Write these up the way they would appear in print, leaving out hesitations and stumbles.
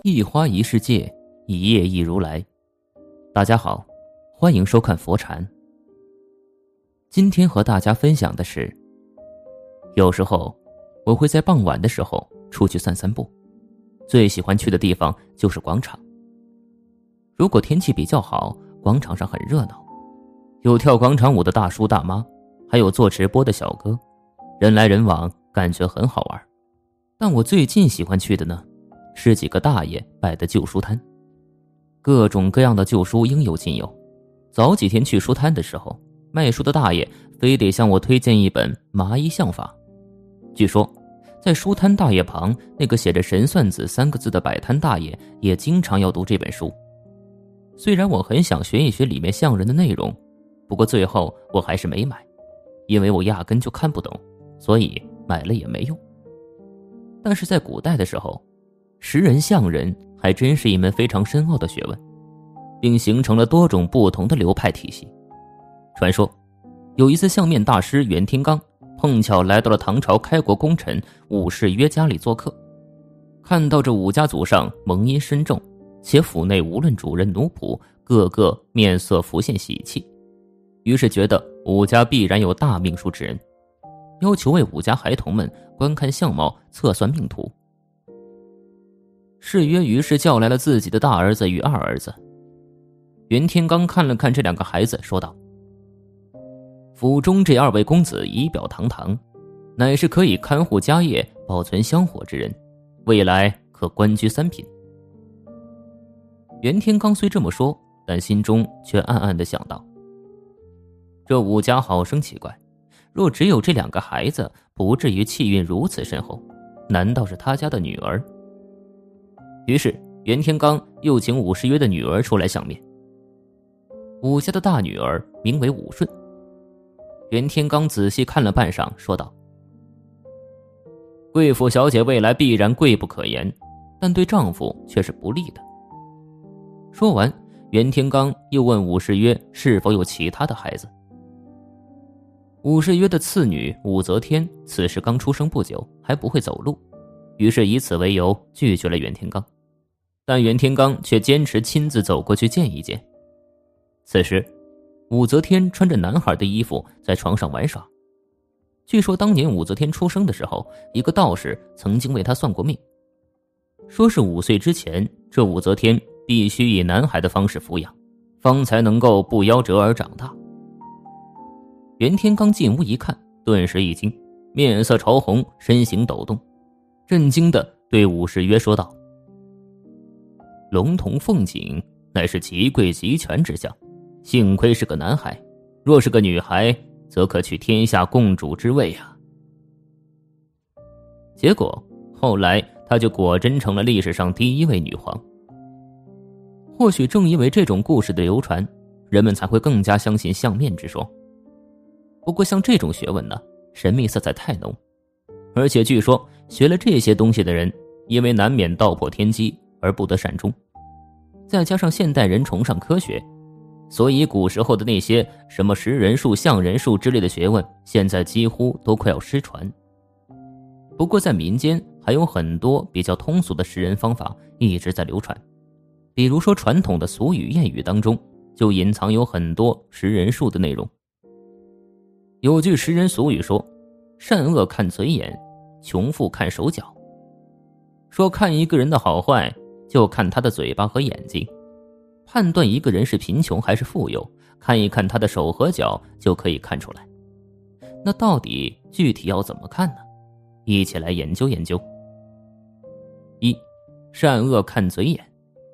一花一世界，一叶一如来。大家好，欢迎收看佛禅。今天和大家分享的是，有时候我会在傍晚的时候出去散散步，最喜欢去的地方就是广场。如果天气比较好，广场上很热闹，有跳广场舞的大叔大妈，还有做直播的小哥，人来人往，感觉很好玩。但我最近喜欢去的呢，是几个大爷摆的旧书摊，各种各样的旧书应有尽有。早几天去书摊的时候，卖书的大爷非得向我推荐一本《麻衣相法》。据说在书摊大爷旁那个写着神算子3个字的摆摊大爷也经常要读这本书。虽然我很想学一学里面像人的内容，不过最后我还是没买，因为我压根就看不懂，所以买了也没用。但是在古代的时候，识人像人还真是一门非常深奥的学问，并形成了多种不同的流派体系。传说有一次相面大师袁天罡碰巧来到了唐朝开国功臣武士约家里做客，看到这武家祖上蒙阴深重，且府内无论主人奴仆个个面色浮现喜气，于是觉得武家必然有大命数之人，要求为武家孩童们观看相貌，测算命途。誓约于是叫来了自己的大儿子与二儿子。袁天罡看了看这2个孩子，说道：府中这2位公子仪表堂堂，乃是可以看护家业，保存香火之人，未来可官居3品。袁天罡虽这么说，但心中却暗暗地想到，这武家好生奇怪，若只有这2个孩子，不至于气运如此深厚，难道是他家的女儿？于是袁天罡又请武士约的女儿出来相面。武家的大女儿名为武顺。袁天罡仔细看了半晌，说道：贵妇小姐未来必然贵不可言，但对丈夫却是不利的。说完，袁天罡又问武士约是否有其他的孩子。武士约的次女武则天此时刚出生不久，还不会走路，于是以此为由拒绝了袁天罡。但袁天罡却坚持亲自走过去见一见。此时武则天穿着男孩的衣服在床上玩耍。据说当年武则天出生的时候，一个道士曾经为她算过命，说是5岁之前，这武则天必须以男孩的方式抚养，方才能够不夭折而长大。袁天罡进屋一看，顿时一惊，面色潮红，身形抖动，震惊地对武士约说道：龙童凤颈乃是极贵极权之相，幸亏是个男孩，若是个女孩，则可取天下共主之位啊。结果后来她就果真成了历史上第1位女皇。或许正因为这种故事的流传，人们才会更加相信相面之说。不过像这种学问呢，神秘色彩太浓，而且据说学了这些东西的人，因为难免道破天机而不得善终。再加上现代人崇尚科学，所以古时候的那些什么识人术、相人术之类的学问，现在几乎都快要失传。不过在民间还有很多比较通俗的识人方法一直在流传，比如说传统的俗语谚语当中就隐藏有很多识人术的内容。有句识人俗语说，善恶看嘴眼，穷富看手脚。说看一个人的好坏，就看他的嘴巴和眼睛，判断一个人是贫穷还是富有，看一看他的手和脚就可以看出来。那到底具体要怎么看呢？一起来研究研究。1. 善恶看嘴眼。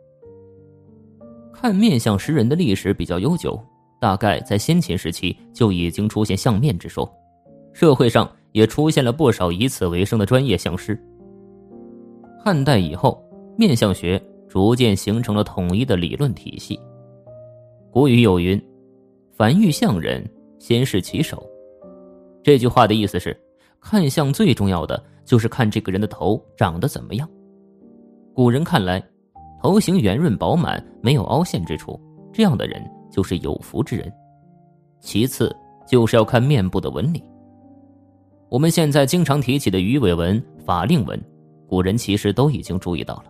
看面相识人的历史比较悠久，大概在先秦时期就已经出现相面之说，社会上也出现了不少以此为生的专业相师。汉代以后，面相学逐渐形成了统一的理论体系。古语有云：凡遇相人，先视其手。这句话的意思是，看相最重要的就是看这个人的头长得怎么样。古人看来，头型圆润饱满，没有凹陷之处，这样的人就是有福之人。其次就是要看面部的纹理。我们现在经常提起的鱼尾纹、法令纹，古人其实都已经注意到了，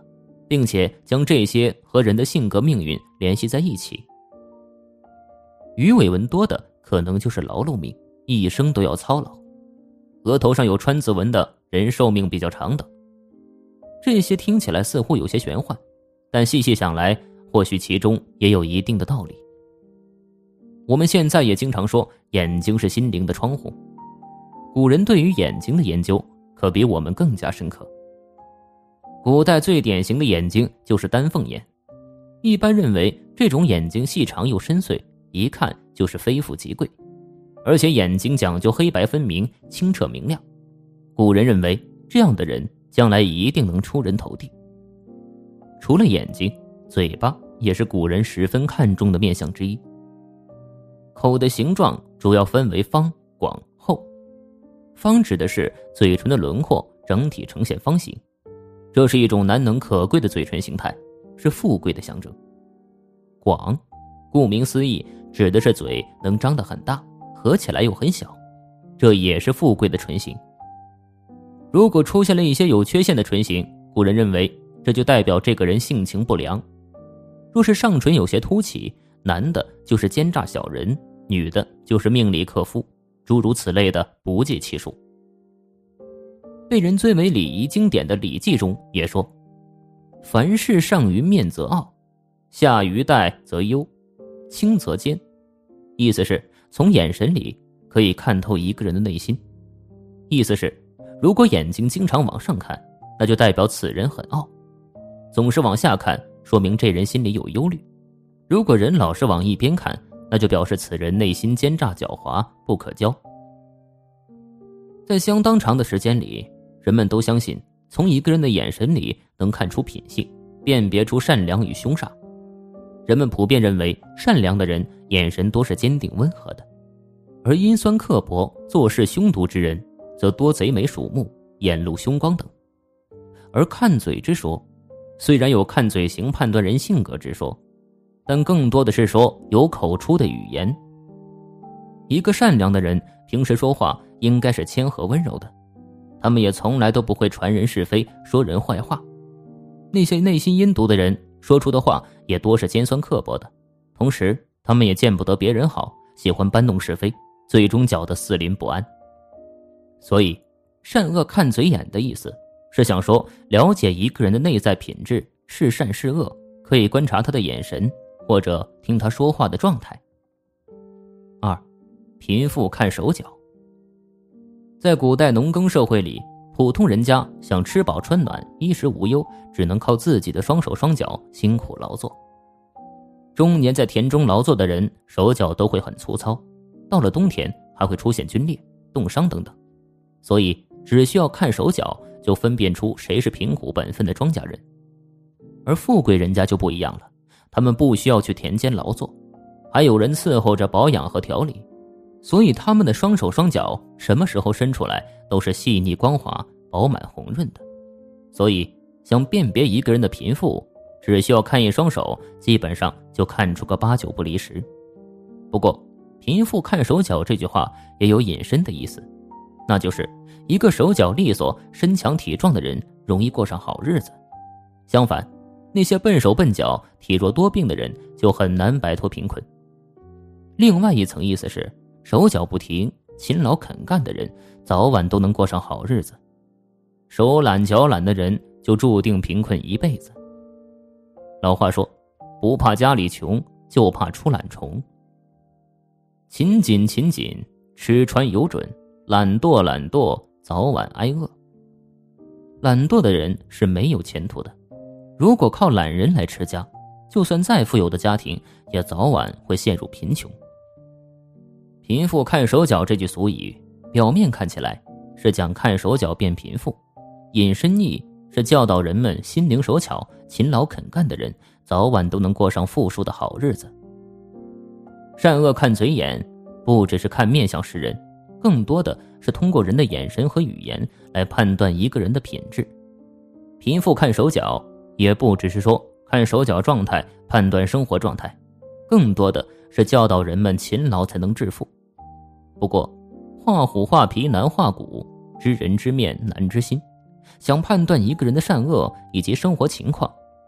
并且将这些和人的性格命运联系在一起。鱼尾纹多的可能就是劳碌命，一生都要操劳。额头上有川字纹的人寿命比较长等。这些听起来似乎有些玄幻，但细细想来，或许其中也有一定的道理。我们现在也经常说眼睛是心灵的窗户，古人对于眼睛的研究可比我们更加深刻。古代最典型的眼睛就是丹凤眼，一般认为这种眼睛细长又深邃，一看就是非富即贵，而且眼睛讲究黑白分明，清澈明亮。古人认为这样的人将来一定能出人头地。除了眼睛，嘴巴也是古人十分看重的面相之一。口的形状主要分为方、广、厚。方指的是嘴唇的轮廓整体呈现方形，这是一种难能可贵的嘴唇形态，是富贵的象征。广，顾名思义，指的是嘴能张得很大，合起来又很小，这也是富贵的唇形。如果出现了一些有缺陷的唇形，古人认为这就代表这个人性情不良。若是上唇有些凸起，男的就是奸诈小人，女的就是命里克夫，诸如此类的不计其数。被人尊为礼仪经典的《礼记》中也说，凡事上于面则傲，下于待则忧，轻则奸。意思是从眼神里可以看透一个人的内心。意思是如果眼睛经常往上看，那就代表此人很傲；总是往下看，说明这人心里有忧虑。如果人老是往一边看，那就表示此人内心奸诈狡猾，不可交。在相当长的时间里，人们都相信从一个人的眼神里能看出品性，辨别出善良与凶煞。人们普遍认为善良的人眼神多是坚定温和的，而阴酸刻薄、做事凶毒之人则多贼眉鼠目、眼露凶光等。而看嘴之说，虽然有看嘴型判断人性格之说，但更多的是说有口出的语言。一个善良的人平时说话应该是谦和温柔的，他们也从来都不会传人是非，说人坏话。那些内心阴毒的人说出的话也多是尖酸刻薄的，同时他们也见不得别人好，喜欢搬弄是非，最终搅得四邻不安。所以善恶看嘴眼的意思是想说，了解一个人的内在品质是善是恶，可以观察他的眼神，或者听他说话的状态。2. 贫富看手脚。在古代农耕社会里，普通人家想吃饱穿暖，衣食无忧，只能靠自己的双手双脚辛苦劳作。终年在田中劳作的人手脚都会很粗糙，到了冬天还会出现皲裂、冻伤等等，所以只需要看手脚就分辨出谁是贫苦本分的庄稼人。而富贵人家就不一样了，他们不需要去田间劳作，还有人伺候着保养和调理，所以他们的双手双脚什么时候伸出来都是细腻光滑、饱满红润的。所以想辨别一个人的贫富，只需要看一双手，基本上就看出个8、9不离10。不过贫富看手脚这句话也有引申的意思，那就是一个手脚利索、身强体壮的人容易过上好日子，相反那些笨手笨脚、体弱多病的人就很难摆脱贫困。另外一层意思是，手脚不停、勤劳肯干的人早晚都能过上好日子，手懒脚懒的人就注定贫困一辈子。老话说，不怕家里穷，就怕出懒虫。勤谨勤谨，吃穿有准，懒惰懒惰，早晚挨饿。懒惰的人是没有前途的，如果靠懒人来持家，就算再富有的家庭也早晚会陷入贫穷。贫富看手脚这句俗语，表面看起来是讲看手脚变贫富，引申意是教导人们心灵手巧、勤劳肯干的人早晚都能过上富庶的好日子。善恶看嘴眼不只是看面相识人，更多的是通过人的眼神和语言来判断一个人的品质。贫富看手脚也不只是说看手脚状态判断生活状态，更多的是教导人们勤劳才能致富。不过画虎画皮难画骨，知人知面难知心，想判断一个人的善恶以及生活情况，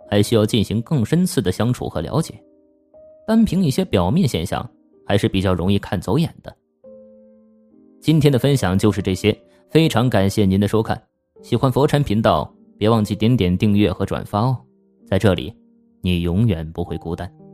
还需要进行更深次的相处和了解。单凭一些表面现象，还是比较容易看走眼的。今天的分享就是这些，非常感谢您的收看。喜欢佛禅频道，别忘记点点订阅和转发哦。在这里，你永远不会孤单。